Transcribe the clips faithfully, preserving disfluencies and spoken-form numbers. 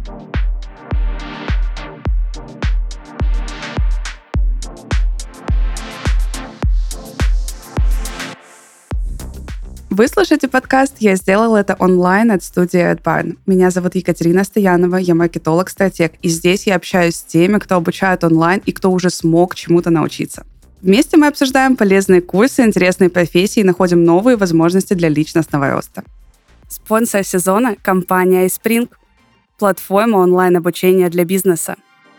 Вы слушаете подкаст «Я сделал это онлайн» от студии AdBarn. Меня зовут Екатерина Стоянова, я маркетолог-стратег, и здесь я общаюсь с теми, кто обучает онлайн и кто уже смог чему-то научиться. Вместе мы обсуждаем полезные курсы, интересные профессии и находим новые возможности для личностного роста. Спонсор сезона – компания iSpring, платформа онлайн-обучения для бизнеса.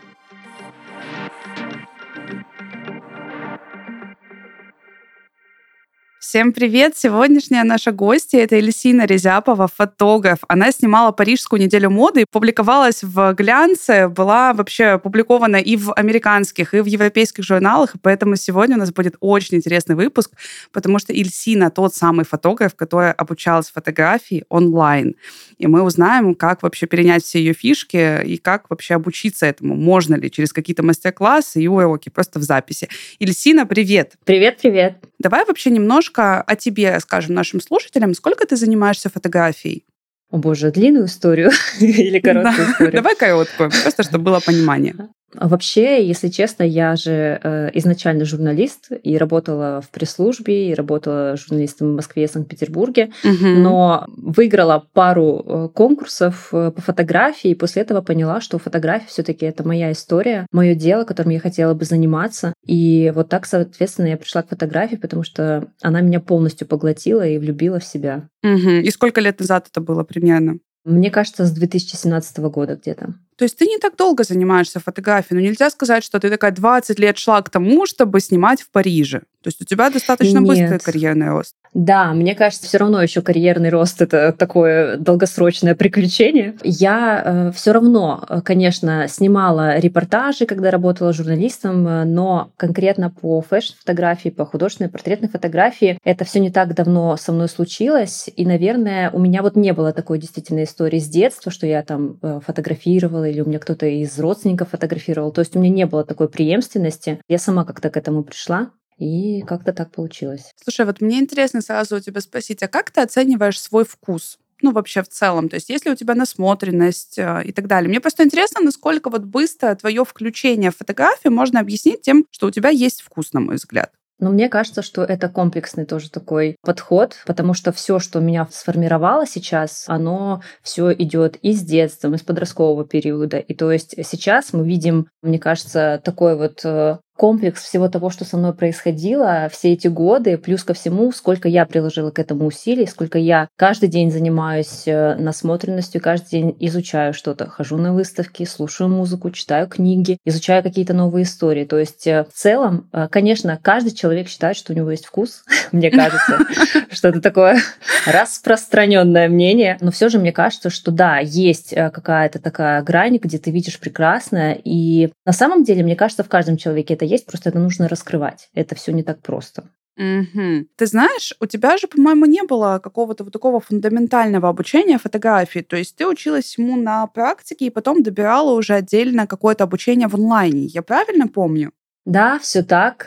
Всем привет! Сегодняшняя наша гостья — это Эльсина Резяпова, фотограф. Она снимала Парижскую неделю моды, публиковалась в глянце, была вообще опубликована и в американских, и в европейских журналах, и поэтому сегодня у нас будет очень интересный выпуск, потому что Эльсина тот самый фотограф, который обучалась фотографии онлайн. И мы узнаем, как вообще перенять все ее фишки и как вообще обучиться этому. Можно ли через какие-то мастер-классы и уроки, просто в записи. Эльсина, привет! Привет-привет! Давай вообще немножко о тебе расскажем нашим слушателям. Сколько ты занимаешься фотографией? О боже, длинную историю или короткую да. историю? Давай короткую, просто чтобы было понимание. Вообще, если честно, я же э, изначально журналист и работала в пресс-службе, и работала журналистом в Москве и Санкт-Петербурге, угу. но выиграла пару конкурсов по фотографии, и после этого поняла, что фотография все-таки это моя история, мое дело, которым я хотела бы заниматься. И вот так, соответственно, я пришла к фотографии, потому что она меня полностью поглотила и влюбила в себя. Угу. И сколько лет назад это было примерно? Мне кажется, с две тысячи семнадцатого года где-то. То есть ты не так долго занимаешься фотографией, но нельзя сказать, что ты такая двадцать лет шла к тому, чтобы снимать в Париже. То есть у тебя достаточно Нет. быстрый карьерный рост. Да, мне кажется, все равно еще карьерный рост — это такое долгосрочное приключение. Я э, все равно, конечно, снимала репортажи, когда работала журналистом, но конкретно по фэшн-фотографии, по художественной портретной фотографии это все не так давно со мной случилось. И, наверное, у меня вот не было такой действительно истории с детства, что я там фотографировала или у меня кто-то из родственников фотографировал. То есть у меня не было такой преемственности. Я сама как-то к этому пришла. И как-то так получилось. Слушай, вот мне интересно сразу у тебя спросить, а как ты оцениваешь свой вкус? Ну, вообще в целом. То есть есть ли у тебя насмотренность э, и так далее. Мне просто интересно, насколько вот быстро твое включение в фотографию можно объяснить тем, что у тебя есть вкус, на мой взгляд. Но мне кажется, что это комплексный тоже такой подход, потому что все, что меня сформировало сейчас, оно все идет из детства, из подросткового периода. И то есть сейчас мы видим, мне кажется, такой вот комплекс всего того, что со мной происходило все эти годы, плюс ко всему, сколько я приложила к этому усилий, сколько я каждый день занимаюсь насмотренностью, каждый день изучаю что-то, хожу на выставки, слушаю музыку, читаю книги, изучаю какие-то новые истории. То есть в целом, конечно, каждый человек считает, что у него есть вкус, мне кажется, что это такое распространенное мнение, но все же мне кажется, что да, есть какая-то такая грань, где ты видишь прекрасное, и на самом деле, мне кажется, в каждом человеке это есть, просто это нужно раскрывать. Это все не так просто. Угу. Ты знаешь, у тебя же, по-моему, не было какого-то вот такого фундаментального обучения фотографии. То есть ты училась ему на практике и потом добирала уже отдельно какое-то обучение в онлайне. Я правильно помню? Да, все так.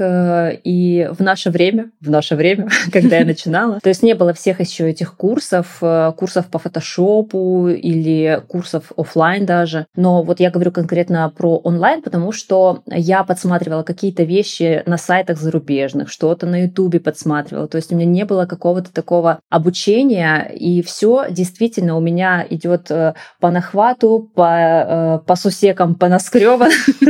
И в наше время, в наше время, когда я начинала, то есть не было всех еще этих курсов, курсов по фотошопу или курсов офлайн даже. Но вот я говорю конкретно про онлайн, потому что я подсматривала какие-то вещи на сайтах зарубежных, что-то на Ютубе подсматривала. То есть у меня не было какого-то такого обучения, и все действительно у меня идет по нахвату, по, по сусекам, по наскрёбам.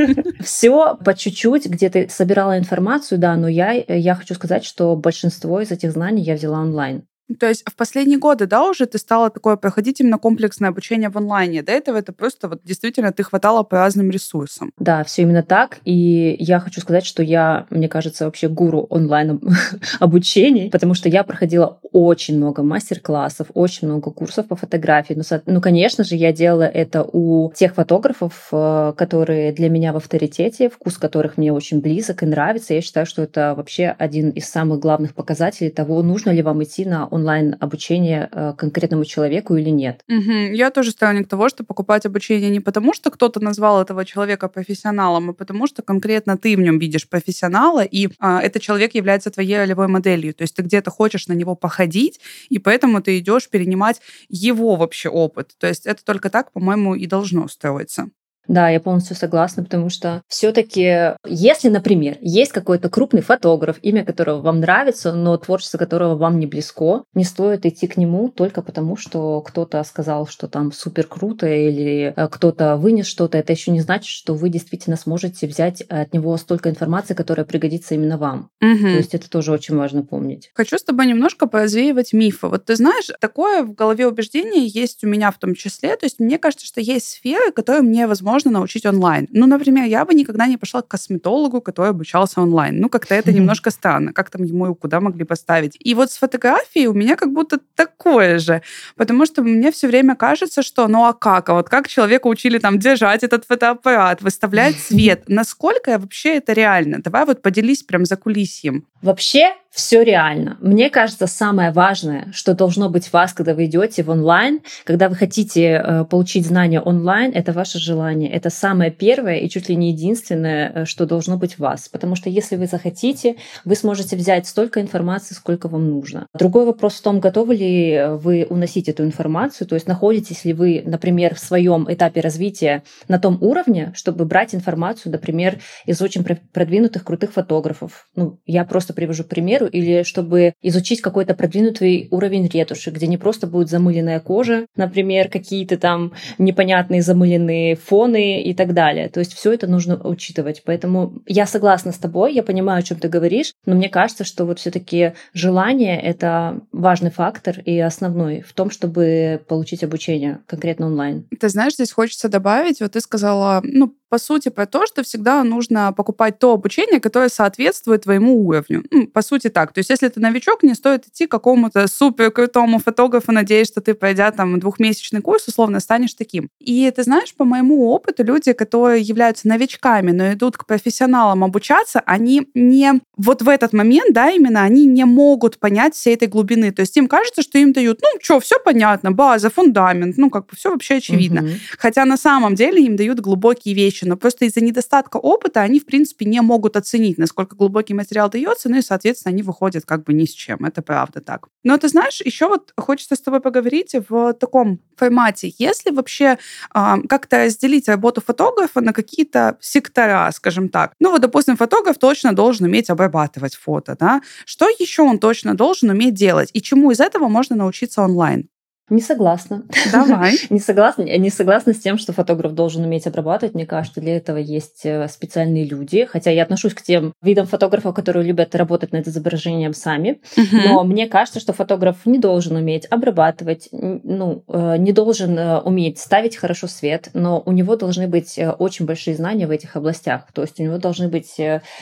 Все по чуть-чуть, где ты собирала информацию, да, но я, я хочу сказать, что большинство из этих знаний я взяла онлайн. То есть в последние годы, да, уже ты стала такое проходить именно комплексное обучение в онлайне. До этого это просто вот действительно ты хватала по разным ресурсам. Да, все именно так. И я хочу сказать, что я, мне кажется, вообще гуру онлайн обучений, потому что я проходила очень много мастер-классов, очень много курсов по фотографии. Ну, ну, конечно же, я делала это у тех фотографов, которые для меня в авторитете, вкус которых мне очень близок и нравится. Я считаю, что это вообще один из самых главных показателей того, нужно ли вам идти на онлайн-обучение э, конкретному человеку или нет. Угу. Я тоже сторонник того, что покупать обучение не потому, что кто-то назвал этого человека профессионалом, а потому что конкретно ты в нем видишь профессионала, и а, этот человек является твоей ролевой моделью. То есть ты где-то хочешь на него походить, и поэтому ты идешь перенимать его вообще опыт. То есть это только так, по-моему, и должно строиться. Да, я полностью согласна, потому что все-таки, если, например, есть какой-то крупный фотограф, имя которого вам нравится, но творчество которого вам не близко, не стоит идти к нему только потому, что кто-то сказал, что там супер круто, или кто-то вынес что-то. Это еще не значит, что вы действительно сможете взять от него столько информации, которая пригодится именно вам. Угу. То есть это тоже очень важно помнить. Хочу с тобой немножко поразвеивать мифы. Вот ты знаешь, такое в голове убеждение есть у меня в том числе. То есть мне кажется, что есть сферы, которые мне, возможно, можно научить онлайн. Ну, например, я бы никогда не пошла к косметологу, который обучался онлайн. Ну, как-то это mm-hmm. немножко странно. Как там ему и куда могли поставить? И вот с фотографией у меня как будто такое же. Потому что мне все время кажется, что ну а как? А вот как человека учили там держать этот фотоаппарат, выставлять цвет? Насколько вообще это реально? Давай вот поделись прям закулисьем. Вообще все реально. Мне кажется, самое важное, что должно быть в вас, когда вы идете в онлайн, когда вы хотите э, получить знания онлайн, это ваше желание. Это самое первое и чуть ли не единственное, что должно быть в вас. Потому что если вы захотите, вы сможете взять столько информации, сколько вам нужно. Другой вопрос в том, готовы ли вы уносить эту информацию, то есть находитесь ли вы, например, в своем этапе развития на том уровне, чтобы брать информацию, например, из очень продвинутых, крутых фотографов. Ну, я просто привожу пример, или чтобы изучить какой-то продвинутый уровень ретуши, где не просто будет замыленная кожа, например, какие-то там непонятные замыленные фоны и так далее. То есть все это нужно учитывать. Поэтому я согласна с тобой, я понимаю, о чем ты говоришь, но мне кажется, что вот все-таки желание — это важный фактор и основной в том, чтобы получить обучение конкретно онлайн. Ты знаешь, здесь хочется добавить, вот ты сказала, ну, по сути, про то, что всегда нужно покупать то обучение, которое соответствует твоему уровню. Ну, по сути, так. То есть, если ты новичок, не стоит идти к какому-то супер крутому фотографу, надеясь, что ты, пройдя там двухмесячный курс, условно станешь таким. И ты знаешь, по моему опыту, люди, которые являются новичками, но идут к профессионалам обучаться, они не вот в этот момент, да, именно, они не могут понять всей этой глубины. То есть им кажется, что им дают, ну, что, все понятно, база, фундамент, ну, как бы все вообще очевидно. Uh-huh. Хотя на самом деле им дают глубокие вещи, но просто из-за недостатка опыта они, в принципе, не могут оценить, насколько глубокий материал дается, ну и, соответственно, они выходят как бы ни с чем. Это правда так. Но ты знаешь, еще вот хочется с тобой поговорить в таком формате. Если вообще э, как-то разделить работу фотографа на какие-то сектора, скажем так. Ну вот, допустим, фотограф точно должен уметь обрабатывать фото, да? Что еще он точно должен уметь делать? И чему из этого можно научиться онлайн? Не согласна. Давай. не, согласна, не согласна с тем, что фотограф должен уметь обрабатывать. Мне кажется, для этого есть специальные люди. Хотя я отношусь к тем видам фотографов, которые любят работать над изображением сами. Uh-huh. Но мне кажется, что фотограф не должен уметь обрабатывать, ну, не должен уметь ставить хорошо свет, но у него должны быть очень большие знания в этих областях. То есть у него должны быть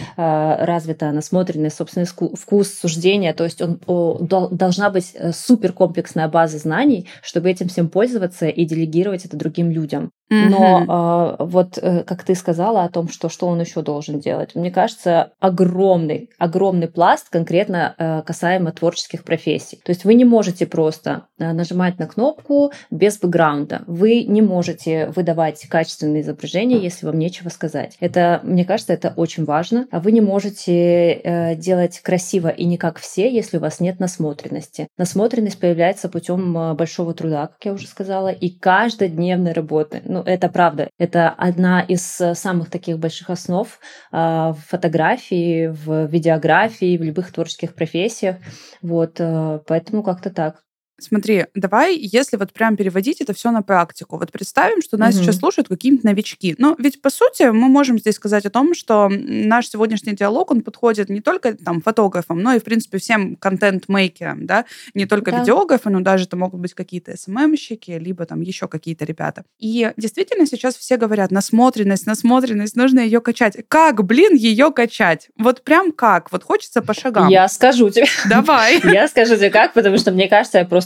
развита насмотренность, собственный вкус, суждения. То есть он, должна быть суперкомплексная база знаний, чтобы этим всем пользоваться и делегировать это другим людям. Mm-hmm. Но э, вот э, как ты сказала о том, что, что он еще должен делать, мне кажется, огромный, огромный пласт конкретно э, касаемо творческих профессий. То есть вы не можете просто э, нажимать на кнопку без бэкграунда. Вы не можете выдавать качественные изображения, если вам нечего сказать. Это, мне кажется, это очень важно. А вы не можете э, делать красиво и не как все, если у вас нет насмотренности. Насмотренность появляется путем э, большого труда, как я уже сказала, и каждодневной работы. Ну, это правда. Это одна из самых таких больших основ э, в фотографии, в видеографии, в любых творческих профессиях. Вот, э, поэтому как-то так. Смотри, давай, если вот прям переводить это все на практику. Вот представим, что нас угу. сейчас слушают какие-нибудь новички. Но ведь, по сути, мы можем здесь сказать о том, что наш сегодняшний диалог, он подходит не только там фотографам, но и, в принципе, всем контент-мейкерам, да, не только да. видеографы, но даже это могут быть какие-то эс эм эм-щики, либо там еще какие-то ребята. И действительно сейчас все говорят, насмотренность, насмотренность, нужно ее качать. Как, блин, ее качать? Вот прям как? Вот хочется по шагам. Я скажу тебе. Давай. Я скажу тебе как, потому что мне кажется, я просто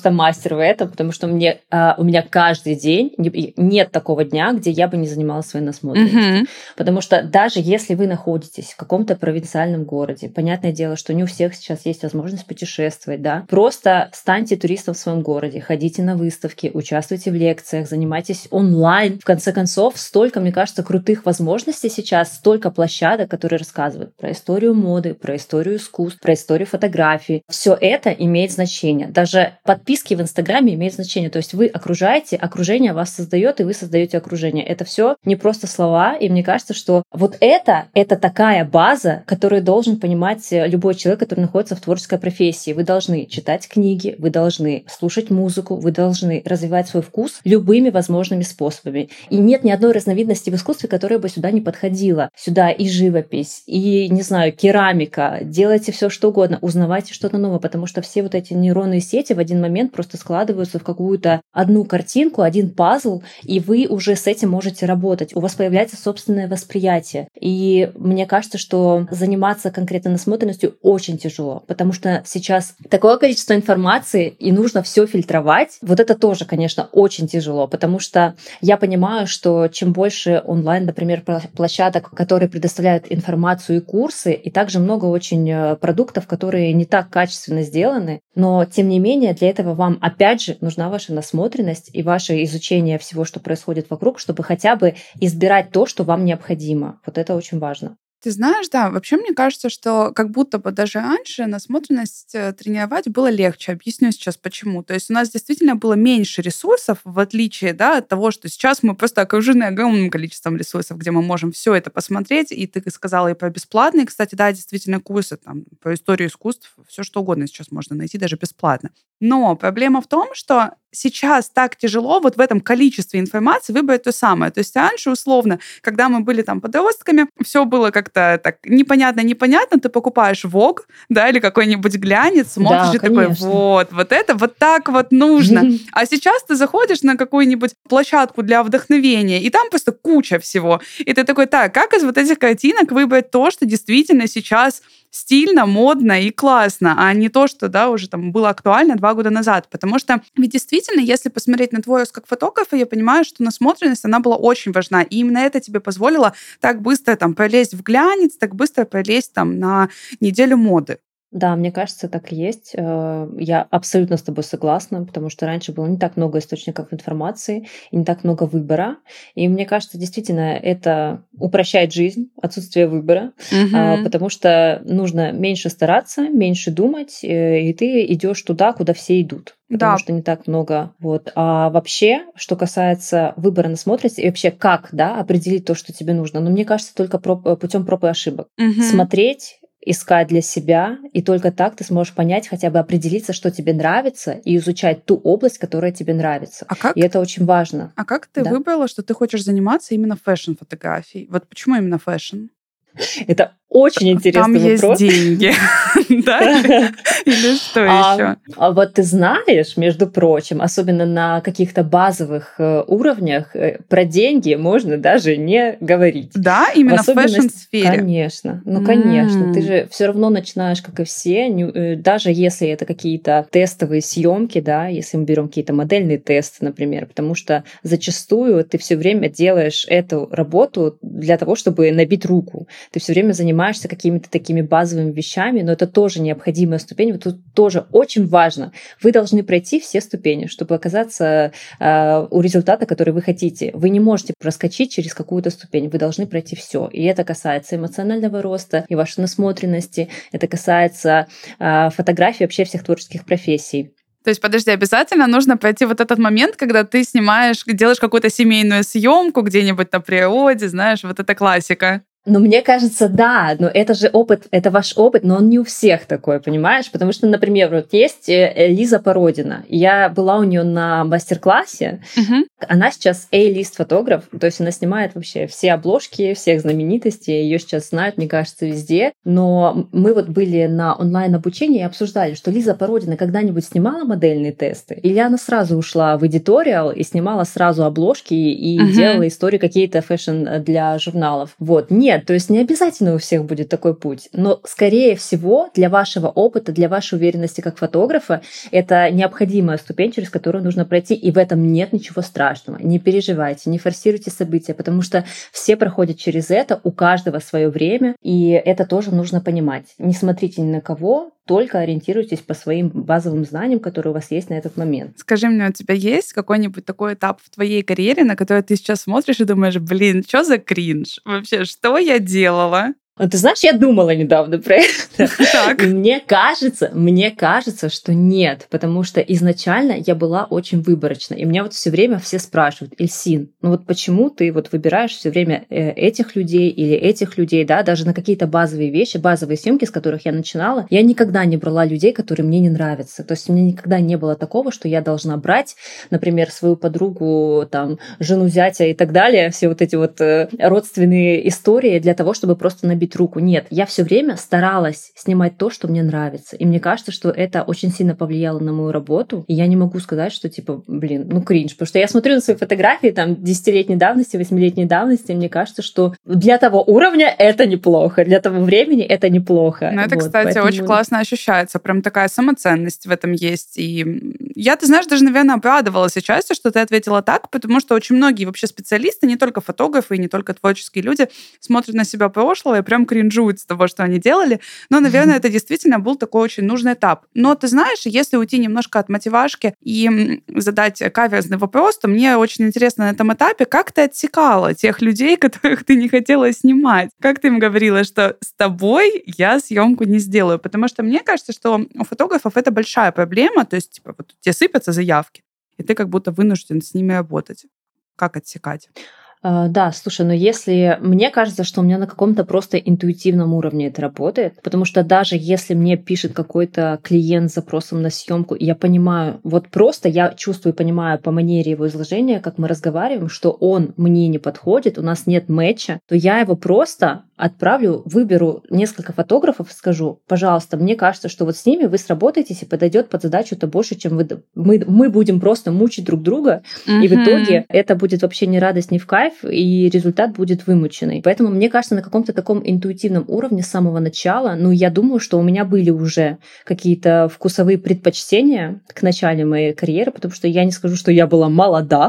просто мастер в этом, потому что мне, у меня каждый день нет такого дня, где я бы не занималась своей насмотренностью. Mm-hmm. Потому что даже если вы находитесь в каком-то провинциальном городе, понятное дело, что не у всех сейчас есть возможность путешествовать, да, просто станьте туристом в своем городе, ходите на выставки, участвуйте в лекциях, занимайтесь онлайн. В конце концов, столько, мне кажется, крутых возможностей сейчас, столько площадок, которые рассказывают про историю моды, про историю искусств, про историю фотографии. Все это имеет значение. Даже подписки в Инстаграме имеют значение. То есть вы окружаете, окружение вас создает, и вы создаете окружение. Это все не просто слова, и мне кажется, что вот это, это такая база, которую должен понимать любой человек, который находится в творческой профессии. Вы должны читать книги, вы должны слушать музыку, вы должны развивать свой вкус любыми возможными способами. И нет ни одной разновидности в искусстве, которая бы сюда не подходила. Сюда и живопись, и, не знаю, керамика. Делайте все что угодно, узнавайте что-то новое, потому что все вот эти нейронные сети в один момент просто складываются в какую-то одну картинку, один пазл, и вы уже с этим можете работать. У вас появляется собственное восприятие. И мне кажется, что заниматься конкретно насмотренностью очень тяжело, потому что сейчас такое количество информации, и нужно все фильтровать. Вот это тоже, конечно, очень тяжело, потому что я понимаю, что чем больше онлайн, например, площадок, которые предоставляют информацию и курсы, и также много очень продуктов, которые не так качественно сделаны, но тем не менее для этого вам опять же нужна ваша насмотренность и ваше изучение всего, что происходит вокруг, чтобы хотя бы избирать то, что вам необходимо. Вот это очень важно. Ты знаешь, да, вообще мне кажется, что как будто бы даже раньше насмотренность тренировать было легче. Объясню сейчас почему. То есть у нас действительно было меньше ресурсов, в отличие, да, от того, что сейчас мы просто окружены огромным количеством ресурсов, где мы можем все это посмотреть. И ты сказала и про бесплатные, кстати, да, действительно курсы там про историю искусств, все что угодно сейчас можно найти даже бесплатно. Но проблема в том, что сейчас так тяжело вот в этом количестве информации выбрать то самое. То есть раньше, условно, когда мы были там подростками, все было как-то так непонятно-непонятно, ты покупаешь Vogue, да, или какой-нибудь глянец, смотришь, да, и такой, вот, вот это вот так вот нужно. А сейчас ты заходишь на какую-нибудь площадку для вдохновения, и там просто куча всего. И ты такой, так, как из вот этих картинок выбрать то, что действительно сейчас стильно, модно и классно, а не то, что, да, уже там было актуально два года назад. Потому что ведь действительно, если посмотреть на твой рост как фотографа, я понимаю, что насмотренность, она была очень важна. И именно это тебе позволило так быстро там пролезть в глянец, так быстро пролезть там на неделю моды. Да, мне кажется, так и есть. Я абсолютно с тобой согласна, потому что раньше было не так много источников информации и не так много выбора. И мне кажется, действительно, это упрощает жизнь, отсутствие выбора, угу. потому что нужно меньше стараться, меньше думать, и ты идешь туда, куда все идут. Потому да. что не так много. Вот. А вообще, что касается выбора насмотренности, и вообще как, да, определить то, что тебе нужно, но мне кажется, только путем проб и ошибок. Угу. Смотреть, искать для себя, и только так ты сможешь понять, хотя бы определиться, что тебе нравится, и изучать ту область, которая тебе нравится. А как? И это очень важно. А как ты да. выбрала, что ты хочешь заниматься именно фэшн-фотографией? Вот почему именно фэшн? Это очень интересный вопрос. Там есть деньги, да? Или что еще? А вот ты знаешь, между прочим, особенно на каких-то базовых уровнях, про деньги можно даже не говорить. Да, именно в фэшн-сфере? Конечно, ну конечно. Ты же все равно начинаешь, как и все, даже если это какие-то тестовые съемки, да, если мы берем какие-то модельные тесты, например, потому что зачастую ты все время делаешь эту работу для того, чтобы набить руку. Ты все время занимаешься какими-то такими базовыми вещами, но это тоже необходимая ступень. Вот тут тоже очень важно. Вы должны пройти все ступени, чтобы оказаться э, у результата, который вы хотите. Вы не можете проскочить через какую-то ступень. Вы должны пройти все. И это касается эмоционального роста и вашей насмотренности. Это касается э, фотографии вообще всех творческих профессий. То есть, подожди, обязательно нужно пройти вот этот момент, когда ты снимаешь, делаешь какую-то семейную съемку где-нибудь на природе, знаешь, вот это классика. Ну, мне кажется, да, но это же опыт, это ваш опыт, но он не у всех такой, понимаешь? Потому что, например, вот есть Лиза Породина. Я была у нее на мастер-классе. Uh-huh. Она сейчас A-лист фотограф, то есть она снимает вообще все обложки всех знаменитостей. Ее сейчас знают, мне кажется, везде. Но мы вот были на онлайн-обучении и обсуждали, что Лиза Породина когда-нибудь снимала модельные тесты? Или она сразу ушла в эдиториал и снимала сразу обложки и uh-huh. делала истории какие-то фэшн для журналов? Вот. Нет. нет, то есть не обязательно у всех будет такой путь, но, скорее всего, для вашего опыта, для вашей уверенности как фотографа, это необходимая ступень, через которую нужно пройти, и в этом нет ничего страшного. Не переживайте, не форсируйте события, потому что все проходят через это, у каждого свое время, и это тоже нужно понимать. Не смотрите ни на кого, только ориентируйтесь по своим базовым знаниям, которые у вас есть на этот момент. Скажи мне, у тебя есть какой-нибудь такой этап в твоей карьере, на который ты сейчас смотришь и думаешь, блин, что за кринж? Вообще, что я делала? Ты знаешь, я думала недавно про это. Так. И мне кажется, мне кажется, что нет, потому что изначально я была очень выборочна. И меня вот все время все спрашивают: Ильсин, ну вот почему ты вот выбираешь все время этих людей или этих людей, да, даже на какие-то базовые вещи, базовые съемки, с которых я начинала, я никогда не брала людей, которые мне не нравятся. То есть у меня никогда не было такого, что я должна брать, например, свою подругу, там, жену зятя и так далее, все вот эти вот родственные истории для того, чтобы просто набить руку. Нет, я все время старалась снимать то, что мне нравится. И мне кажется, что это очень сильно повлияло на мою работу. И я не могу сказать, что типа, блин, ну кринж. Потому что я смотрю на свои фотографии там десятилетней давности, восьмилетней давности, и мне кажется, что для того уровня это неплохо, для того времени это неплохо. Ну, это, вот, кстати, поэтому... очень классно ощущается. Прям такая самоценность в этом есть. И я, ты знаешь, даже, наверное, обрадовалась отчасти, что ты ответила так, потому что очень многие вообще специалисты, не только фотографы и не только творческие люди, смотрят на себя прошлого и прям кринжуют с того, что они делали. Но, наверное, это действительно был такой очень нужный этап. Но ты знаешь, если уйти немножко от мотивашки и задать каверзный вопрос, то мне очень интересно на этом этапе, как ты отсекала тех людей, которых ты не хотела снимать? Как ты им говорила, что с тобой я съемку не сделаю? Потому что мне кажется, что у фотографов это большая проблема, то есть типа вот тебе сыпятся заявки, и ты как будто вынужден с ними работать. Как отсекать? Да, слушай, но если... Мне кажется, что у меня на каком-то просто интуитивном уровне это работает, потому что даже если мне пишет какой-то клиент с запросом на съемку, и я понимаю, вот просто я чувствую и понимаю по манере его изложения, как мы разговариваем, что он мне не подходит, у нас нет мэтча, то я его просто отправлю, выберу несколько фотографов, скажу, пожалуйста, мне кажется, что вот с ними вы сработаетесь и подойдет под задачу-то больше, чем вы... Мы, мы будем просто мучить друг друга, mm-hmm. и в итоге это будет вообще не радость, не в кайф, и результат будет вымученный. Поэтому, мне кажется, на каком-то таком интуитивном уровне с самого начала, ну, я думаю, что у меня были уже какие-то вкусовые предпочтения к началу моей карьеры, потому что я не скажу, что я была молода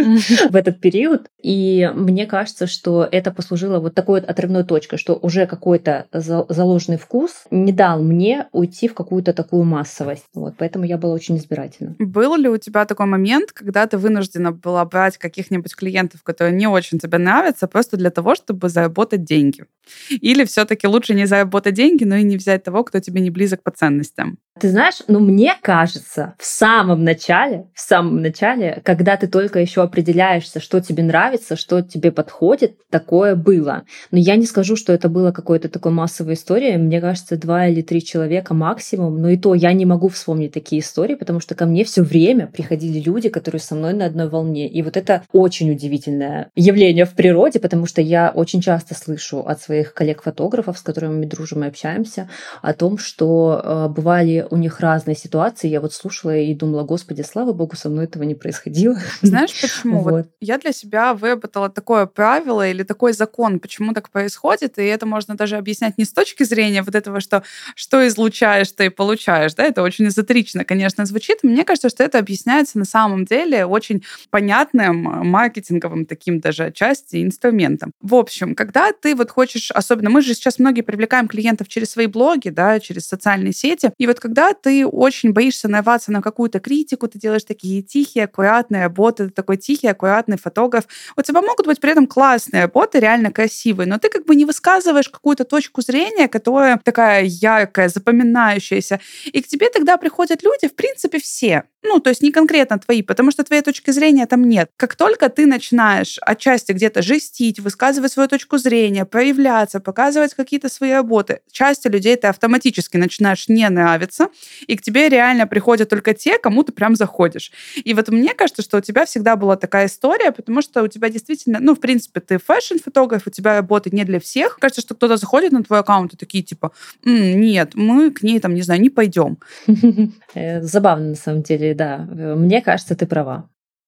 в этот период, и мне кажется, что это послужило вот такой отрывной точкой, что уже какой-то заложенный вкус не дал мне уйти в какую-то такую массовость. Вот, поэтому я была очень избирательна. Был ли у тебя такой момент, когда ты вынуждена была брать каких-нибудь клиентов, которые не очень тебе нравятся, просто для того, чтобы заработать деньги? Или все-таки лучше не заработать деньги, но и не взять того, кто тебе не близок по ценностям? Ты знаешь, ну мне кажется, в самом начале, в самом начале, когда ты только еще определяешься, что тебе нравится, что тебе подходит, такое было. Но я не скажу, что это было какой-то такой массовой историей. Мне кажется, два или три человека максимум. Но и то я не могу вспомнить такие истории, потому что ко мне все время приходили люди, которые со мной на одной волне. И вот это очень удивительное явление в природе, потому что я очень часто слышу от своих коллег-фотографов, с которыми мы дружим и общаемся, о том, что э, бывали у них разные ситуации. Я вот слушала и думала, господи, слава богу, со мной этого не происходило. Знаешь, почему? Вот. Вот я для себя выработала такое правило или такой закон, почему так происходит, и это можно даже объяснять не с точки зрения вот этого, что что излучаешь, ты и получаешь, да, это очень эзотерично, конечно, звучит. Мне кажется, что это объясняется на самом деле очень понятным маркетинговым таким даже отчасти инструментом. В общем, когда ты вот хочешь, особенно мы же сейчас многие привлекаем клиентов через свои блоги, да, через социальные сети, и вот когда ты очень боишься нарваться на какую-то критику, ты делаешь такие тихие, аккуратные работы, ты такой тихий, аккуратный фотограф, у тебя могут быть при этом классные работы, реально красивые, но ты как бы не высказываешь какую-то точку зрения, которая такая яркая, запоминающаяся, и к тебе тогда приходят люди, в принципе, все. Ну, то есть не конкретно твои, потому что твоей точки зрения там нет. Как только ты начинаешь отчасти где-то жестить, высказывать свою точку зрения, проявляться, показывать какие-то свои работы, части людей ты автоматически начинаешь не нравиться, и к тебе реально приходят только те, кому ты прям заходишь. И вот мне кажется, что у тебя всегда была такая история, потому что у тебя действительно, ну, в принципе, ты фэшн-фотограф, у тебя работа не для всех. Кажется, что кто-то заходит на твой аккаунт и такие, типа, М, нет, мы к ней, там, не знаю, не пойдем. Забавно, на самом деле, да. Мне кажется, ты права.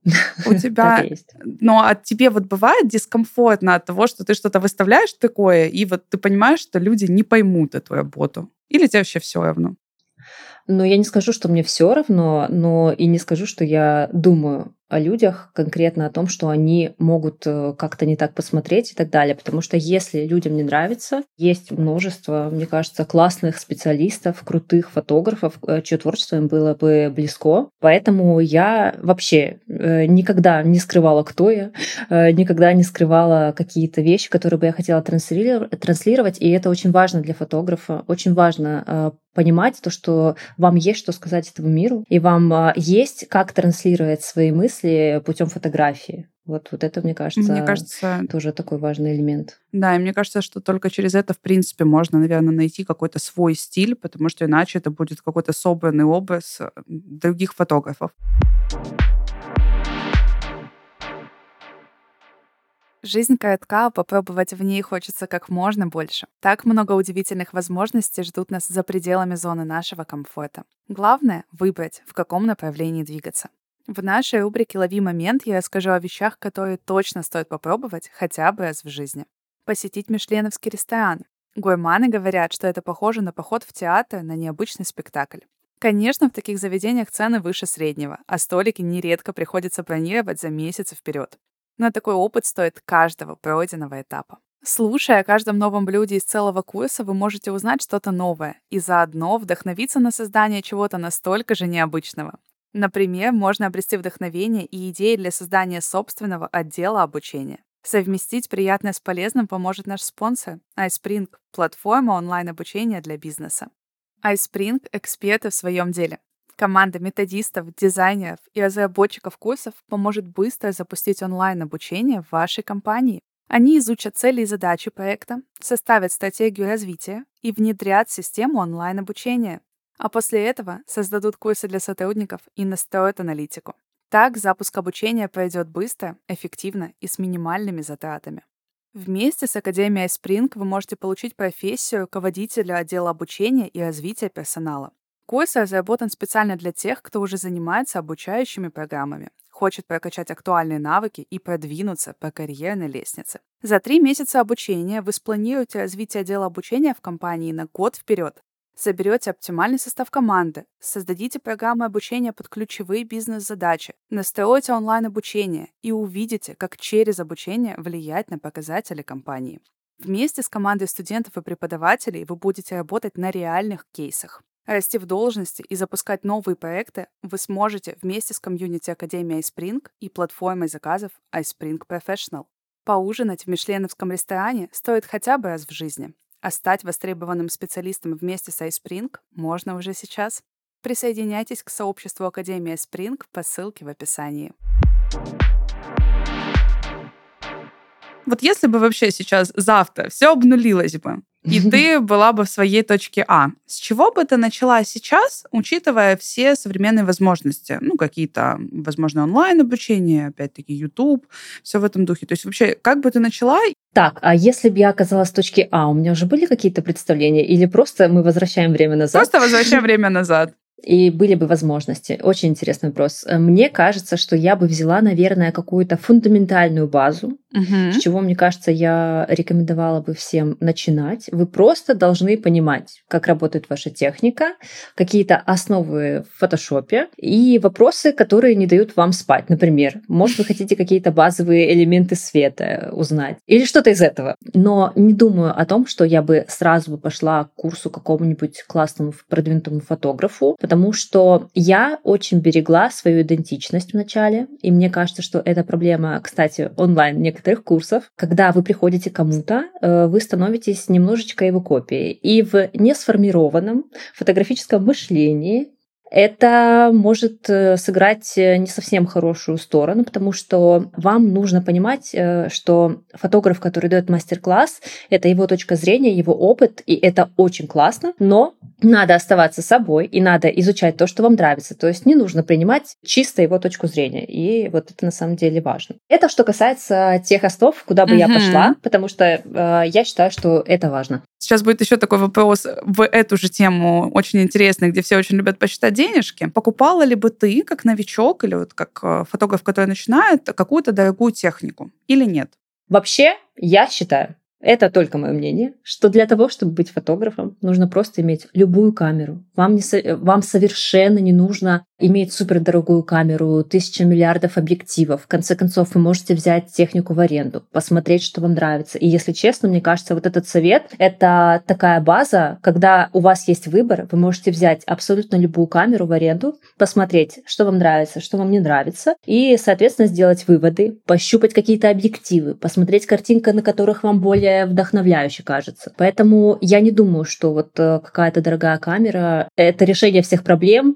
У тебя... Так и есть. Но от тебе вот бывает дискомфортно от того, что ты что-то выставляешь такое, и вот ты понимаешь, что люди не поймут эту работу? Или тебе вообще все равно? Но я не скажу, что мне все равно, но и не скажу, что я думаю о людях, конкретно о том, что они могут э, как-то не так посмотреть и так далее. Потому что если людям не нравится, есть множество, мне кажется, классных специалистов, крутых фотографов, э, чье творчество им было бы близко. Поэтому я вообще э, никогда не скрывала, кто я, э, никогда не скрывала какие-то вещи, которые бы я хотела транслировать, транслировать. И это очень важно для фотографа. Очень важно э, понимать то, что вам есть что сказать этому миру, и вам э, есть как транслировать свои мысли путем фотографии. Вот, вот это, мне кажется, Мне кажется, тоже такой важный элемент. да, и мне кажется, что только через это, в принципе, можно, наверное, найти какой-то свой стиль, потому что иначе это будет какой-то собранный образ э, других фотографов. Жизнь коротка, а попробовать в ней хочется как можно больше. Так много удивительных возможностей ждут нас за пределами зоны нашего комфорта. Главное — выбрать, в каком направлении двигаться. В нашей рубрике «Лови момент» я расскажу о вещах, которые точно стоит попробовать хотя бы раз в жизни. Посетить мишленовский ресторан. Гурманы говорят, что это похоже на поход в театр на необычный спектакль. Конечно, в таких заведениях цены выше среднего, а столики нередко приходится бронировать за месяцы вперед. Но такой опыт стоит каждого пройденного этапа. Слушая о каждом новом блюде из целого курса, вы можете узнать что-то новое и заодно вдохновиться на создание чего-то настолько же необычного. Например, можно обрести вдохновение и идеи для создания собственного отдела обучения. Совместить приятное с полезным поможет наш спонсор iSpring – платформа онлайн-обучения для бизнеса. iSpring – эксперты в своем деле. Команда методистов, дизайнеров и разработчиков курсов поможет быстро запустить онлайн-обучение в вашей компании. Они изучат цели и задачи проекта, составят стратегию развития и внедрят систему онлайн-обучения. А после этого создадут курсы для сотрудников и настроят аналитику. Так запуск обучения пройдет быстро, эффективно и с минимальными затратами. Вместе с Академией iSpring вы можете получить профессию руководителя отдела обучения и развития персонала. Курс разработан специально для тех, кто уже занимается обучающими программами, хочет прокачать актуальные навыки и продвинуться по карьерной лестнице. За три месяца обучения вы спланируете развитие отдела обучения в компании на год вперед. Соберете оптимальный состав команды, создадите программы обучения под ключевые бизнес-задачи, настроите онлайн-обучение и увидите, как через обучение влиять на показатели компании. Вместе с командой студентов и преподавателей вы будете работать на реальных кейсах. Расти в должности и запускать новые проекты вы сможете вместе с комьюнити Академии iSpring и платформой заказов iSpring Professional. Поужинать в мишленовском ресторане стоит хотя бы раз в жизни. А стать востребованным специалистом вместе с iSpring можно уже сейчас. Присоединяйтесь к сообществу Академии iSpring по ссылке в описании. Вот если бы вообще сейчас, завтра, все обнулилось бы, и ты была бы в своей точке А, с чего бы ты начала сейчас, учитывая все современные возможности? Ну, какие-то, возможно, онлайн-обучение, опять-таки, YouTube, все в этом духе. То есть вообще, как бы ты начала? Так, а если бы я оказалась в точке А, у меня уже были какие-то представления? Или просто мы возвращаем время назад? Просто возвращаем время назад. И были бы возможности. Очень интересный вопрос. Мне кажется, что я бы взяла, наверное, какую-то фундаментальную базу, Угу. с чего, мне кажется, я рекомендовала бы всем начинать. Вы просто должны понимать, как работает ваша техника, какие-то основы в фотошопе и вопросы, которые не дают вам спать. Например, может, вы хотите какие-то базовые элементы света узнать или что-то из этого. Но не думаю о том, что я бы сразу бы пошла к курсу какому-нибудь классному продвинутому фотографу, потому что я очень берегла свою идентичность вначале, и мне кажется, что это проблема, кстати, онлайн некоторых курсов. Когда вы приходите к кому-то, вы становитесь немножечко его копией. И в несформированном фотографическом мышлении это может сыграть не совсем хорошую сторону, потому что вам нужно понимать, что фотограф, который дает мастер-класс, это его точка зрения, его опыт, и это очень классно, но надо оставаться собой и надо изучать то, что вам нравится. То есть не нужно принимать чисто его точку зрения. И вот это на самом деле важно. Это что касается тех остов, куда бы uh-huh. я пошла, потому что э, я считаю, что это важно. Сейчас будет еще такой вопрос в эту же тему, очень интересный, где все очень любят посчитать денежки. Покупала ли бы ты, как новичок или вот как фотограф, который начинает, какую-то дорогую технику или нет? Вообще, я считаю, это только мое мнение, что для того, чтобы быть фотографом, нужно просто иметь любую камеру. Вам, не, вам совершенно не нужно иметь супердорогую камеру, тысяча миллиардов объективов. В конце концов, вы можете взять технику в аренду, посмотреть, что вам нравится. И если честно, мне кажется, вот этот совет — это такая база, когда у вас есть выбор, вы можете взять абсолютно любую камеру в аренду, посмотреть, что вам нравится, что вам не нравится, и, соответственно, сделать выводы, пощупать какие-то объективы, посмотреть картинки, на которых вам более вдохновляюще кажется. Поэтому я не думаю, что вот какая-то дорогая камера — это решение всех проблем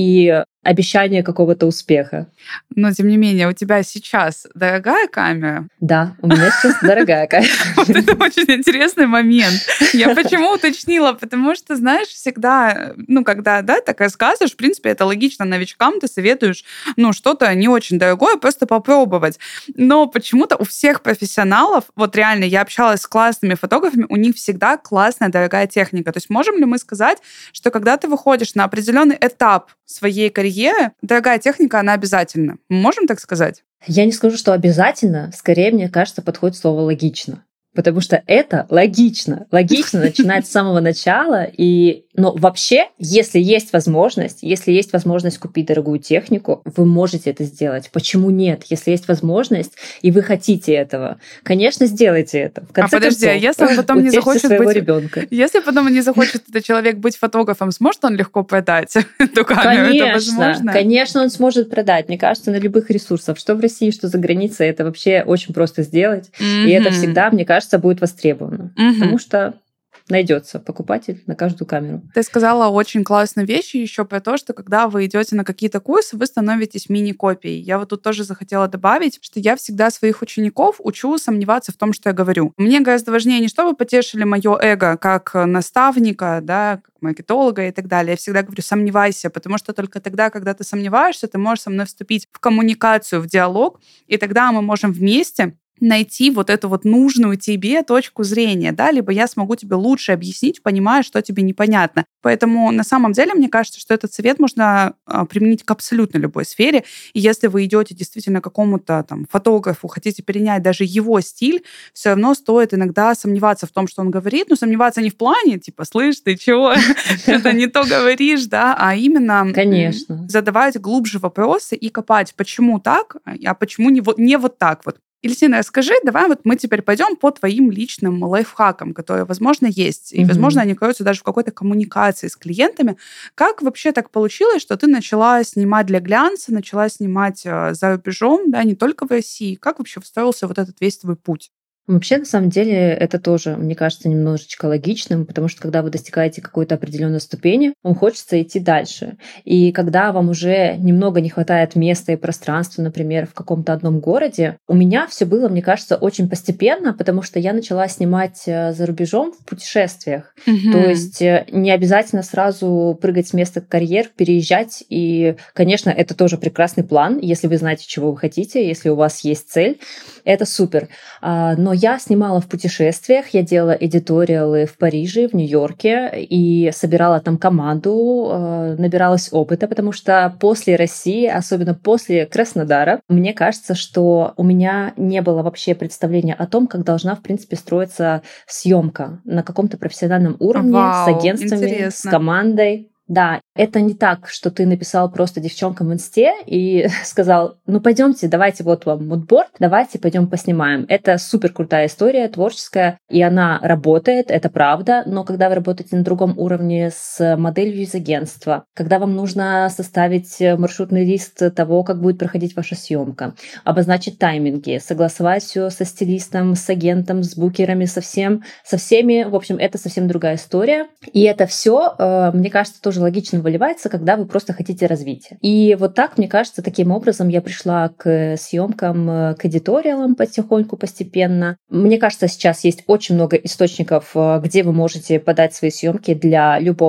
и обещание какого-то успеха. Но, тем не менее, у тебя сейчас дорогая камера? Да, у меня сейчас дорогая камера. Вот это очень интересный момент. Я почему уточнила? Потому что, знаешь, всегда, ну, когда, да, так рассказываешь, в принципе, это логично новичкам, ты советуешь, ну, что-то не очень дорогое, просто попробовать. Но почему-то у всех профессионалов, вот реально, я общалась с классными фотографами, у них всегда классная дорогая техника. То есть можем ли мы сказать, что когда ты выходишь на определенный этап своей карьеры, дорогая техника, она обязательна? Мы можем так сказать? Я не скажу, что обязательно. Скорее, мне кажется, подходит слово «логично». Потому что это логично. Логично начинать с самого начала. И... Но вообще, если есть возможность, если есть возможность купить дорогую технику, вы можете это сделать. Почему нет? Если есть возможность, и вы хотите этого, конечно, сделайте это. В конце а подожди, концов, а если он потом не захочет быть... ребенка. Если потом он не захочет этот человек быть фотографом, сможет он легко продать эту камеру? Конечно, это возможно? Конечно, он сможет продать. Мне кажется, на любых ресурсах, что в России, что за границей, это вообще очень просто сделать. Mm-hmm. И это всегда, мне кажется, будет востребовано. Mm-hmm. Потому что найдется покупатель на каждую камеру. Ты сказала очень классную вещь еще про то, что когда вы идете на какие-то курсы, вы становитесь мини-копией. Я вот тут тоже захотела добавить, что я всегда своих учеников учу сомневаться в том, что я говорю. Мне гораздо важнее не чтобы потешили мое эго как наставника, да, как маркетолога и так далее. Я всегда говорю, сомневайся, потому что только тогда, когда ты сомневаешься, ты можешь со мной вступить в коммуникацию, в диалог, и тогда мы можем вместе найти вот эту вот нужную тебе точку зрения, да, либо я смогу тебе лучше объяснить, понимая, что тебе непонятно. Поэтому на самом деле мне кажется, что этот совет можно применить к абсолютно любой сфере. И если вы идете действительно к какому-то там фотографу, хотите перенять даже его стиль, все равно стоит иногда сомневаться в том, что он говорит, но сомневаться не в плане, типа, слышь, ты чего, это не то говоришь, да, а именно Конечно. задавать глубже вопросы и копать, почему так, а почему не вот, не вот так вот. Елисина, расскажи, давай вот мы теперь пойдем по твоим личным лайфхакам, которые, возможно, есть. И, mm-hmm. возможно, они кроются даже в какой-то коммуникации с клиентами. Как вообще так получилось, что ты начала снимать для глянца, начала снимать за рубежом, да, не только в России? Как вообще встроился вот этот весь твой путь? Вообще, на самом деле, это тоже, мне кажется, немножечко логичным, потому что когда вы достигаете какой-то определенной ступени, вам хочется идти дальше. И когда вам уже немного не хватает места и пространства, например, в каком-то одном городе, у меня все было, мне кажется, очень постепенно, потому что я начала снимать за рубежом в путешествиях. Mm-hmm. То есть не обязательно сразу прыгать с места в карьер, переезжать. И, конечно, это тоже прекрасный план, если вы знаете, чего вы хотите, если у вас есть цель. Это супер. Но я снимала в путешествиях, я делала эдиториалы в Париже, в Нью-Йорке и собирала там команду, набиралась опыта, потому что после России, особенно после Краснодара, мне кажется, что у меня не было вообще представления о том, как должна, в принципе, строиться съемка на каком-то профессиональном уровне. Вау, с агентствами, интересно. С командой. Да, это не так, что ты написал просто девчонкам в инсте и сказал, ну пойдемте, давайте вот вам мудборд, давайте пойдем поснимаем. Это супер крутая история, творческая, и она работает, это правда, но когда вы работаете на другом уровне с моделью из агентства, когда вам нужно составить маршрутный лист того, как будет проходить ваша съемка, обозначить тайминги, согласовать все со стилистом, с агентом, с букерами, со всем, со всеми, в общем, это совсем другая история. И это все, мне кажется, тоже логично выливается, когда вы просто хотите развития. И вот так, мне кажется, таким образом я пришла к съемкам, к эдиториалам потихоньку, постепенно. Мне кажется, сейчас есть очень много источников, где вы можете подать свои съемки для любого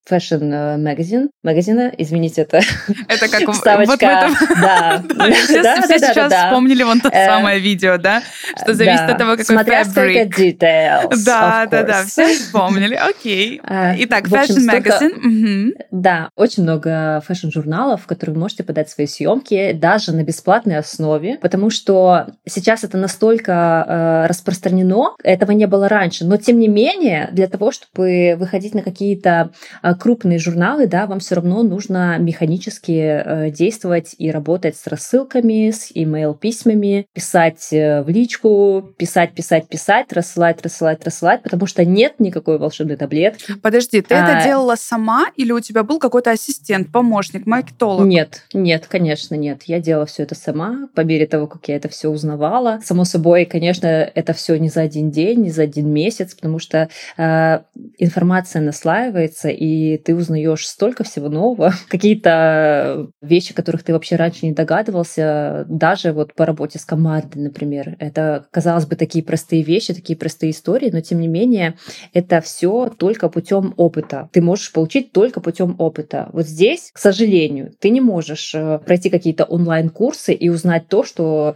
Fashion Magazine. Магазина, извините, это Это как вставочка. Вот в этом... Да. Все, да, все да, сейчас да, да. вспомнили вон то самое видео, да? Что зависит Да. от того, какой Смотря сколько фабрик. details, Да, of да, да, course. все вспомнили. Окей. А, Итак, в общем, Fashion столько- Magazine. Мгм. Да, очень много фэшн-журналов, в которые вы можете подать свои съемки даже на бесплатной основе, потому что сейчас это настолько э, распространено, этого не было раньше. Но тем не менее, для того, чтобы выходить на какие-то э, крупные журналы, да, вам все равно нужно механически э, действовать и работать с рассылками, с email-письмами, писать э, в личку, писать, писать, писать, рассылать, рассылать, рассылать, потому что нет никакой волшебной таблетки. Подожди, ты А, это делала сама или у тебя был какой-то ассистент, помощник, маркетолог? Нет, нет, конечно, нет. Я делала все это сама, по мере того, как я это все узнавала. Само собой, конечно, это все не за один день, не за один месяц, потому что э, информация наслаивается, и ты узнаешь столько всего нового, какие-то вещи, которых ты вообще раньше не догадывался, даже вот по работе с командой, например. Это, казалось бы, такие простые вещи, такие простые истории, но тем не менее это все только путем опыта. Ты можешь получить только путем опыта. Вот здесь, к сожалению, ты не можешь э, пройти какие-то онлайн-курсы и узнать то, что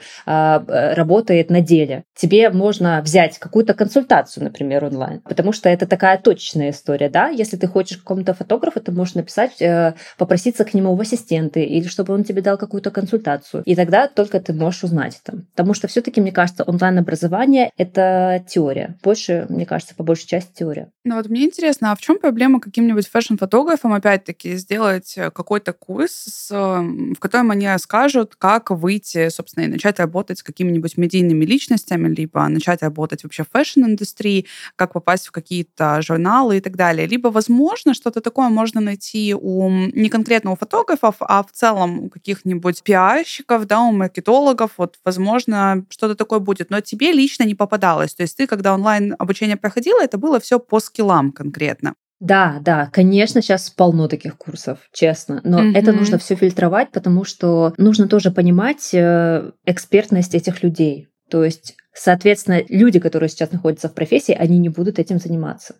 э, работает на деле. Тебе можно взять какую-то консультацию, например, онлайн, потому что это такая точечная история, да? Если ты хочешь к какому-то фотографу, ты можешь написать, э, попроситься к нему в ассистенты или чтобы он тебе дал какую-то консультацию. И тогда только ты можешь узнать это. Потому что все-таки, мне кажется, онлайн-образование — это теория. Больше, мне кажется, по большей части теория. Ну вот мне интересно, а в чем проблема каким-нибудь фэшн-фотографам, опять-таки, сделать какой-то курс, с, в котором они расскажут, как выйти, собственно, и начать работать с какими-нибудь медийными личностями, либо начать работать вообще в фэшн-индустрии, как попасть в какие-то журналы и так далее. Либо, возможно, что-то такое можно найти у не конкретно у фотографов, а в целом у каких-нибудь пиарщиков, да, у маркетологов. Вот, возможно, что-то такое будет. Но тебе лично не попадалось. То есть ты, когда онлайн-обучение проходила, это было все по скиллам конкретно. Да, да, конечно, сейчас полно таких курсов, честно. Но Мгм. это нужно все фильтровать, потому что нужно тоже понимать э, экспертность этих людей. То есть, соответственно, люди, которые сейчас находятся в профессии, они не будут этим заниматься.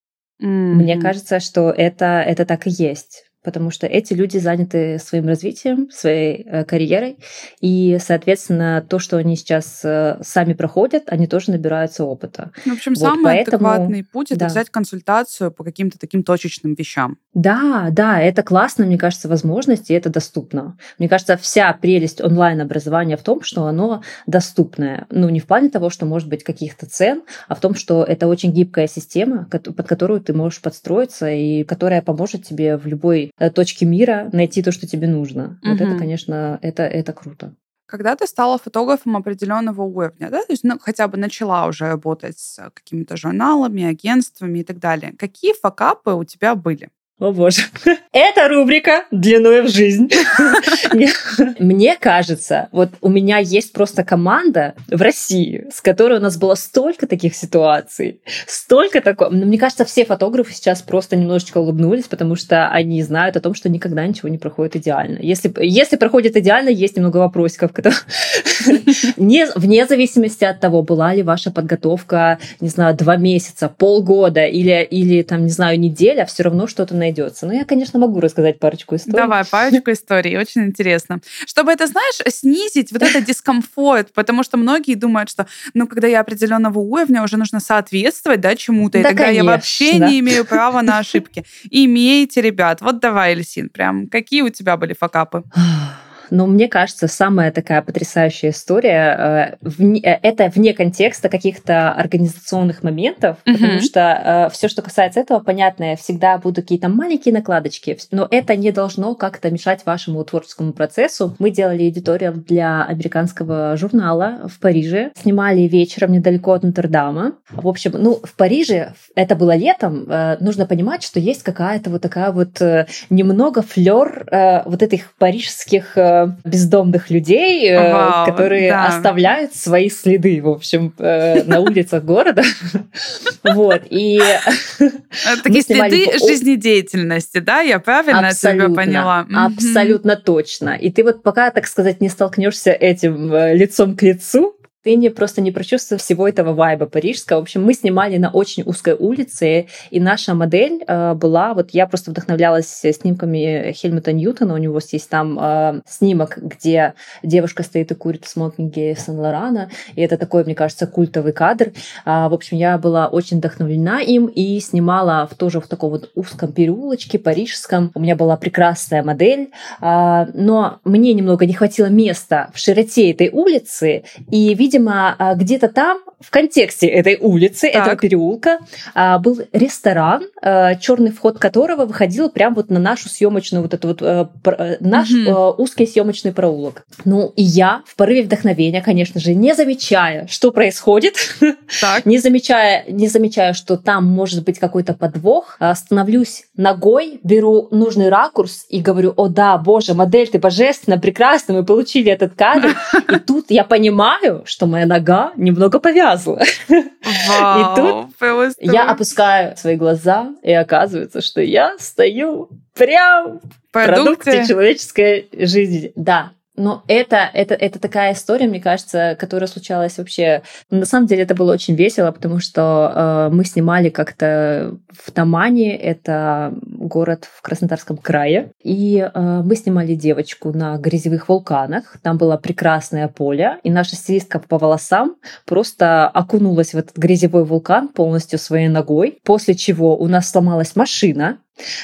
Мне Мгм. кажется, что это, это так и есть. Потому что эти люди заняты своим развитием, своей э, карьерой, и, соответственно, то, что они сейчас э, сами проходят, они тоже набираются опыта. Ну, в общем, Вот, самый поэтому, адекватный путь — это да. взять консультацию по каким-то таким точечным вещам. Да, да, это классно, мне кажется, возможность, и это доступно. Мне кажется, вся прелесть онлайн-образования в том, что оно доступное. Ну, не в плане того, что может быть каких-то цен, а в том, что это очень гибкая система, кот- под которую ты можешь подстроиться, и которая поможет тебе в любой э, точке мира найти то, что тебе нужно. Вот это, Мгм. конечно, это, это круто. Когда ты стала фотографом определенного уровня, да, то есть ну, хотя бы начала уже работать с э, какими-то журналами, агентствами и так далее, какие факапы у тебя были? О боже. Это рубрика «Длиной в жизнь». Мне кажется, вот у меня есть просто команда в России, с которой у нас было столько таких ситуаций, столько такого. Мне кажется, все фотографы сейчас просто немножечко улыбнулись, потому что они знают о том, что никогда ничего не проходит идеально. Если, если проходит идеально, есть немного вопросиков, которые... Не, вне зависимости от того, была ли ваша подготовка, не знаю, два месяца, полгода или, или там, не знаю, неделя, все равно что-то найдется. Но я, конечно, могу рассказать парочку историй. Давай, парочку историй, очень интересно. Чтобы это, знаешь, снизить вот этот дискомфорт, потому что многие думают, что, ну, когда я определенного уровня, уже нужно соответствовать, да, чему-то, и Да, тогда я конечно. вообще не имею права на ошибки. Имеете, ребят. Вот давай, Эльсин, прям какие у тебя были факапы? Но мне кажется, самая такая потрясающая история, э, вне, э, это вне контекста каких-то организационных моментов, Мгм. потому что э, все, что касается этого, понятно, всегда будут какие-то маленькие накладочки, но это не должно как-то мешать вашему творческому процессу. Мы делали эдиториал для американского журнала в Париже, снимали вечером недалеко от Нотр-Дама. В общем, ну, в Париже, это было летом, э, нужно понимать, что есть какая-то вот такая вот э, немного флёр э, вот этих парижских э, бездомных людей, э, Вау, которые да. оставляют свои следы, в общем, э, на улицах города. Вот, и Это такие мы снимали следы в- о- жизнедеятельности, да? Я правильно тебя поняла? Мгм. абсолютно точно. И ты вот пока, так сказать, не столкнешься этим э, лицом к лицу, Ты не просто не прочувствовал всего этого вайба парижского. В общем, мы снимали на очень узкой улице, и наша модель э, была... Вот я просто вдохновлялась снимками Хельмута Ньютона. У него есть там э, снимок, где девушка стоит и курит в смокинге Сен-Лорана. И это такой, мне кажется, культовый кадр. А, в общем, я была очень вдохновлена им и снимала в, тоже в таком вот узком переулочке парижском. У меня была прекрасная модель, а, но мне немного не хватило места в широте этой улицы. И, видимо, Видимо, где-то там, в контексте этой улицы, так. этого переулка, был ресторан, черный вход которого выходил прямо вот на нашу съемочную, вот эту вот наш mm-hmm. узкий съемочный проулок. Ну, и я в порыве вдохновения, конечно же, не замечая, что происходит, не замечая, не замечая, что там может быть какой-то подвох, становлюсь ногой, беру нужный ракурс и говорю: о да, боже, модель, ты божественно, прекрасно, мы получили этот кадр. И тут я понимаю, что моя нога немного повязла. Вау, и тут я опускаю свои глаза, и оказывается, что я стою прям в продукте человеческой жизни. Да. Но это, это, это такая история, мне кажется, которая случалась вообще... На самом деле это было очень весело, потому что э, мы снимали как-то в Тамане, это город в Краснодарском крае, и э, мы снимали девочку на грязевых вулканах. Там было прекрасное поле, и наша стилистка по волосам просто окунулась в этот грязевой вулкан полностью своей ногой, после чего у нас сломалась машина.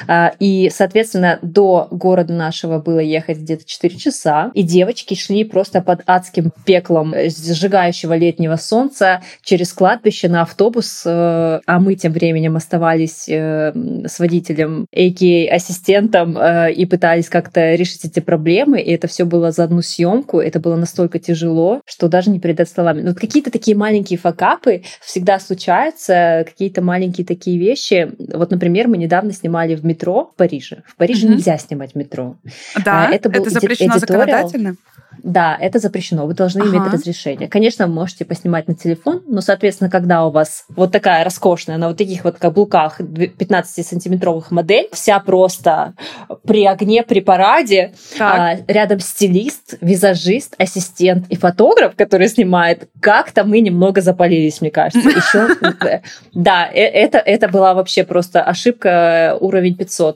И, соответственно, до города нашего было ехать где-то четыре часа, и девочки шли просто под адским пеклом сжигающего летнего солнца через кладбище на автобус, а мы тем временем оставались с водителем, а.к.а. ассистентом, и пытались как-то решить эти проблемы, и это все было за одну съемку. Это было настолько тяжело, что даже не передать словами. Но вот какие-то такие маленькие факапы всегда случаются, какие-то маленькие такие вещи. Вот, например, мы недавно снимали в метро в Париже. В Париже mm-hmm. нельзя снимать метро. Да, это, был это запрещено эдиториал. Законодательно? Да, это запрещено. Вы должны ага. иметь разрешение. Конечно, вы можете поснимать на телефон, но, соответственно, когда у вас вот такая роскошная, на вот таких вот каблуках пятнадцатисантиметровых модель, вся просто при огне, при параде, а, рядом стилист, визажист, ассистент и фотограф, который снимает, как-то мы немного запалились, мне кажется. Еще, да, это, это была вообще просто ошибка уровень пятьсот.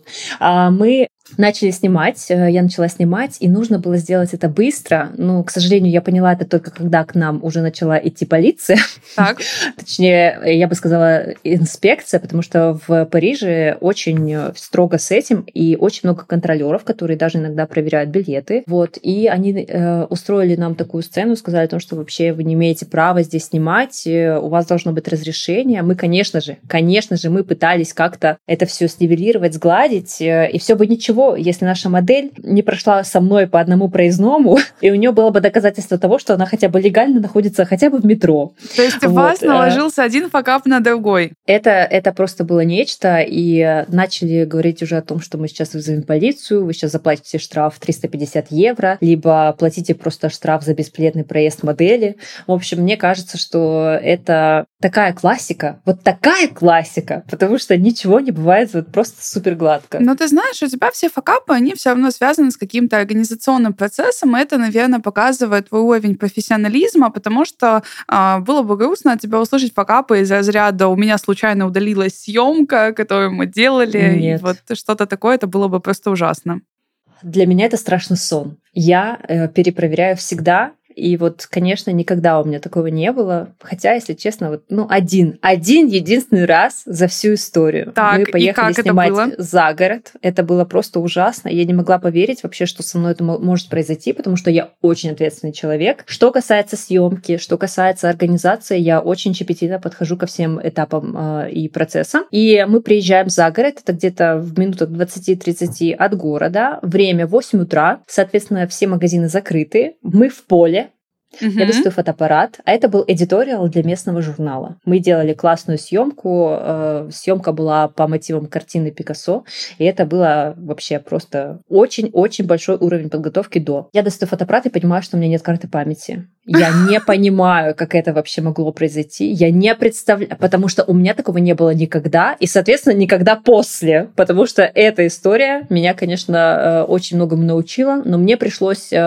Мы начали снимать, я начала снимать, и нужно было сделать это быстро. Но, к сожалению, я поняла это только когда к нам уже начала идти полиция. Так. Точнее, я бы сказала, инспекция, потому что в Париже очень строго с этим, и очень много контролеров, которые даже иногда проверяют билеты. Вот. И они э, устроили нам такую сцену, сказали о том, что вообще вы не имеете права здесь снимать, у вас должно быть разрешение. Мы, конечно же, конечно же, мы пытались как-то это все снивелировать, сгладить, и все бы ничего, если наша модель не прошла со мной по одному проездному, и у нее было бы доказательство того, что она хотя бы легально находится хотя бы в метро. То есть у вот. вас наложился один факап на другой. Это, это просто было нечто, и начали говорить уже о том, что мы сейчас вызовем полицию, вы сейчас заплатите штраф триста пятьдесят евро, либо платите просто штраф за бесплатный проезд модели. В общем, мне кажется, что это такая классика, вот такая классика, потому что ничего не бывает вот просто супер гладко. Но ты знаешь, у тебя все факапы, они все равно связаны с каким-то организационным процессом, и это, наверное, показывает твой уровень профессионализма, потому что э, было бы грустно от тебя услышать факапы из разряда «у меня случайно удалилась съемка, которую мы делали», Нет. и вот что-то такое, это было бы просто ужасно. Для меня это страшный сон. Я э, перепроверяю всегда. И вот, конечно, никогда у меня такого не было. Хотя, если честно, вот, ну, один, один единственный раз за всю историю. Так, мы поехали снимать за город. Это было просто ужасно. Я не могла поверить вообще, что со мной это может произойти, потому что я очень ответственный человек. Что касается съемки, что касается организации, я очень щепетильно подхожу ко всем этапам э, и процессам. И мы приезжаем за город. Это где-то в минутах двадцать-тридцать от города. Время восемь утра. Соответственно, все магазины закрыты. Мы в поле. Uh-huh. Я достаю фотоаппарат, а это был эдиториал для местного журнала. Мы делали классную съемку. Э, съемка была по мотивам картины Пикассо, и это было вообще просто очень-очень большой уровень подготовки до. Я достаю фотоаппарат и понимаю, что у меня нет карты памяти. Я не понимаю, как это вообще могло произойти. Я не представляю, потому что у меня такого не было никогда, и, соответственно, никогда после, потому что эта история меня, конечно, очень многому научила, но мне пришлось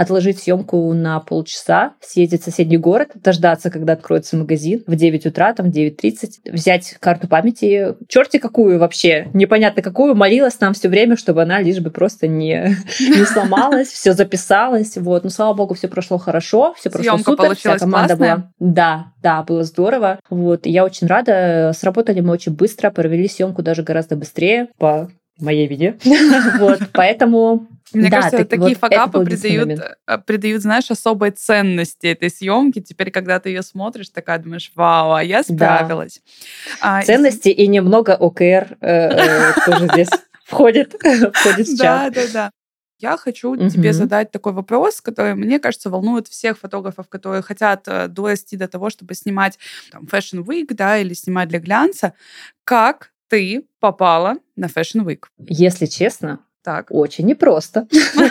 отложить съемку на полчаса, съездить в соседний город, дождаться, когда откроется магазин в девять утра, там в девять тридцать, взять карту памяти, черти какую вообще, непонятно какую, молилась нам все время, чтобы она лишь бы просто не, не сломалась, все записалось, вот. Но, слава богу, все прошло хорошо, все прошло Съемка супер, получилась вся команда классная? была... Да, да, было здорово. Вот, я очень рада, сработали мы очень быстро, провели съемку даже гораздо быстрее по моей вине. Вот, поэтому... Мне да, кажется, так, такие вот факапы придают, придают, знаешь, особой ценности этой съемки. Теперь, когда ты ее смотришь, такая думаешь, вау, а я справилась. Да. А, ценности и... и немного ОКР э, тоже здесь входит в чат. Да, да, да. Я хочу uh-huh. тебе задать такой вопрос, который, мне кажется, волнует всех фотографов, которые хотят дорасти до того, чтобы снимать там, Fashion Week, да, или снимать для глянца. Как ты попала на Fashion Week? Если честно, так. очень непросто.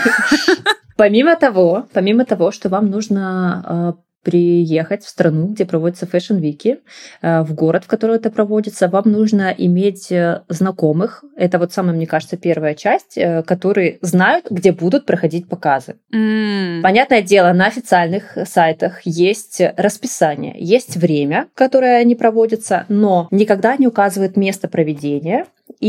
Помимо того, помимо того, что вам нужно приехать в страну, где проводятся Fashion Week, в город, в который это проводится, вам нужно иметь знакомых. Это вот самая, мне кажется, первая часть, которые знают, где будут проходить показы. Mm. Понятное дело, на официальных сайтах есть расписание, есть время, которое они проводятся, но никогда не указывают место проведения.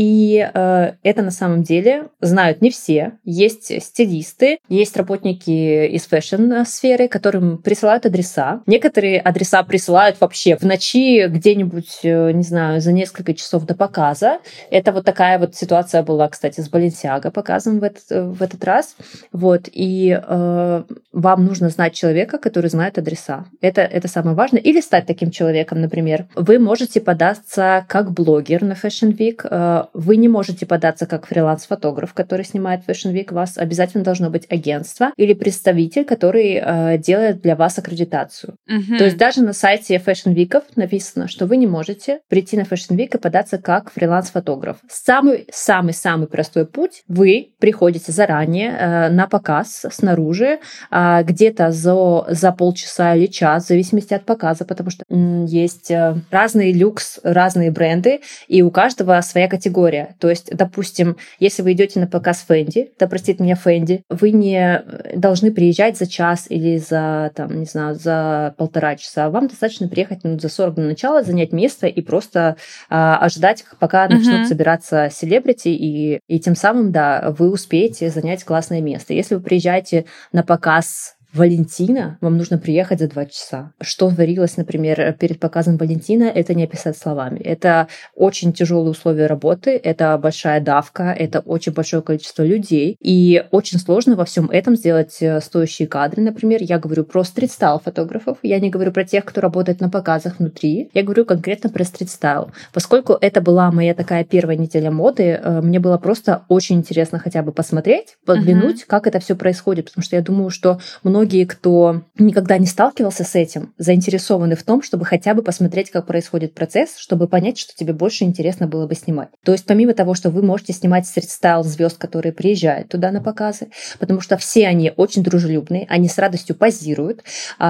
И э, это на самом деле знают не все. Есть стилисты, есть работники из фэшн-сферы, которым присылают адреса. Некоторые адреса присылают вообще в ночи где-нибудь, не знаю, за несколько часов до показа. Это вот такая вот ситуация была, кстати, с Balenciaga показом в этот, в этот раз. Вот. И э, вам нужно знать человека, который знает адреса. Это, это самое важное. Или стать таким человеком, например. Вы можете податься как блогер на Fashion Week. Вы не можете податься как фриланс-фотограф, который снимает Fashion Week. У вас обязательно должно быть агентство или представитель, который э, делает для вас аккредитацию. Uh-huh. То есть даже на сайте Fashion Week написано, что вы не можете прийти на Fashion Week и податься как фриланс-фотограф. Самый-самый-самый простой путь. Вы приходите заранее э, на показ снаружи, э, где-то за, за полчаса или час, в зависимости от показа, потому что м, есть э, разный люкс, разные бренды, и у каждого своя категория. То есть, допустим, если вы идете на показ Fendi, да простит меня Fendi, вы не должны приезжать за час или за, там, не знаю, за полтора часа. Вам достаточно приехать минут за сорок до начала, занять место и просто а, ожидать, пока uh-huh. начнут собираться селебрити, и, и тем самым, да, вы успеете занять классное место. Если вы приезжаете на показ Валентина, вам нужно приехать за два часа. Что творилось, например, перед показом Валентина, это не описать словами. Это очень тяжелые условия работы, это большая давка, это очень большое количество людей, и очень сложно во всем этом сделать стоящие кадры. Например, я говорю про стрит-стайл фотографов, я не говорю про тех, кто работает на показах внутри, я говорю конкретно про стрит-стайл. Поскольку это была моя такая первая неделя моды, мне было просто очень интересно хотя бы посмотреть, подглянуть, uh-huh. как это все происходит, потому что я думаю, что многие Многие, кто никогда не сталкивался с этим, заинтересованы в том, чтобы хотя бы посмотреть, как происходит процесс, чтобы понять, что тебе больше интересно было бы снимать. То есть помимо того, что вы можете снимать стрит-стайл звезд, которые приезжают туда на показы, потому что все они очень дружелюбные, они с радостью позируют,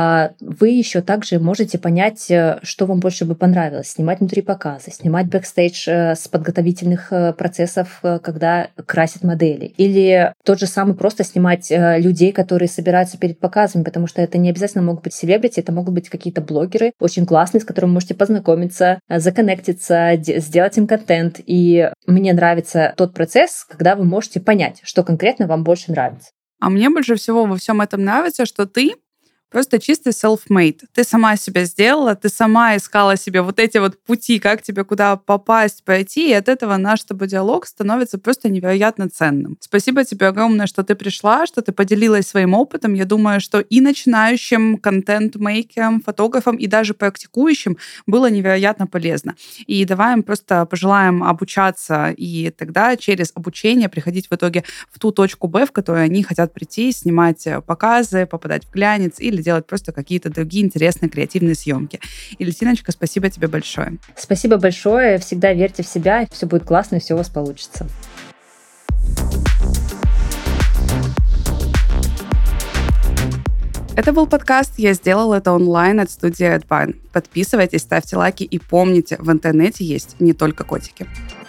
вы еще также можете понять, что вам больше бы понравилось. Снимать внутри показа, снимать бэкстейдж с подготовительных процессов, когда красят модели. Или тот же самый просто снимать людей, которые собираются перед показами, потому что это не обязательно могут быть селебрити, это могут быть какие-то блогеры очень классные, с которыми вы можете познакомиться, законнектиться, сделать им контент. И мне нравится тот процесс, когда вы можете понять, что конкретно вам больше нравится. А мне больше всего во всем этом нравится, что ты просто чистый self-made. Ты сама себя сделала, ты сама искала себе вот эти вот пути, как тебе куда попасть, пойти, и от этого наш с тобой диалог становится просто невероятно ценным. Спасибо тебе огромное, что ты пришла, что ты поделилась своим опытом. Я думаю, что и начинающим контент-мейкерам, фотографам, и даже практикующим было невероятно полезно. И давай им просто пожелаем обучаться, и тогда через обучение приходить в итоге в ту точку Б, в которую они хотят прийти, снимать показы, попадать в глянец или делать просто какие-то другие интересные креативные съемки. И, Лисиночка, спасибо тебе большое. Спасибо большое. Всегда верьте в себя, все будет классно, и все у вас получится. Это был подкаст «Я сделала это онлайн» от студии Red Pine. Подписывайтесь, ставьте лайки и помните, в интернете есть не только котики.